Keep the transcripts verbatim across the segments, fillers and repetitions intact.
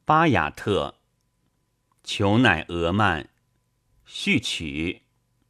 巴雅特。琼乃俄曼。序曲。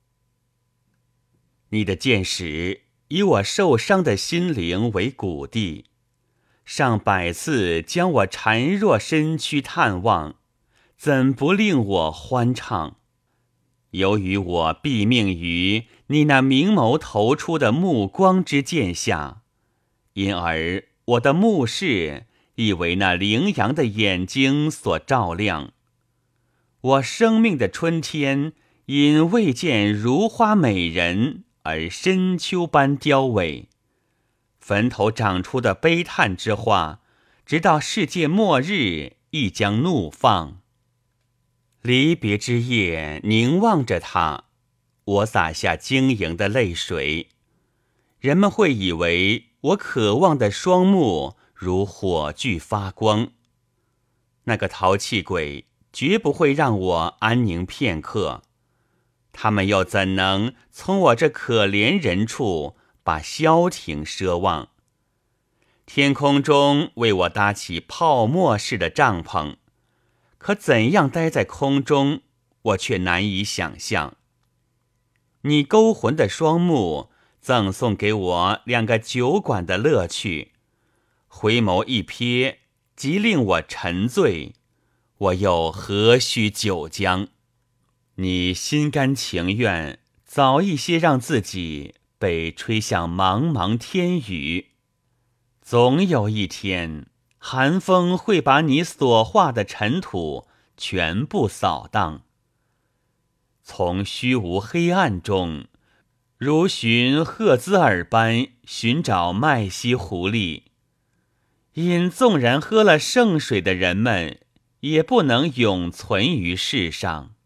你的箭矢以我受伤的心灵为谷地，上百次将我孱弱身躯探望，怎不令我欢畅？由于我毙命于你那明眸投出的目光之箭下，因而我的目视亦为那羚羊的眼睛所照亮。我生命的春天因未见如花美人而深秋般凋萎，坟头长出的悲叹之花，直到世界末日亦将怒放。离别之夜，凝望着它，我洒下晶莹的泪水。人们会以为我渴望的双目如火炬发光。那个淘气鬼绝不会让我安宁片刻，他们又怎能从我这可怜人处把消停奢望？天空中为我搭起泡沫似的帐篷，可怎样待在空中，我却难以想象。你勾魂的双目赠送给我两个酒馆的乐趣，回眸一瞥，即令我沉醉，我又何须酒浆？你心甘情愿早一些让自己被吹向茫茫天宇，总有一天，寒风会把你所化的尘土全部扫荡。从虚无黑暗中，如寻赫兹尔般寻找麦西狐狸，因纵然喝了圣水的人们，也不能永存于世上。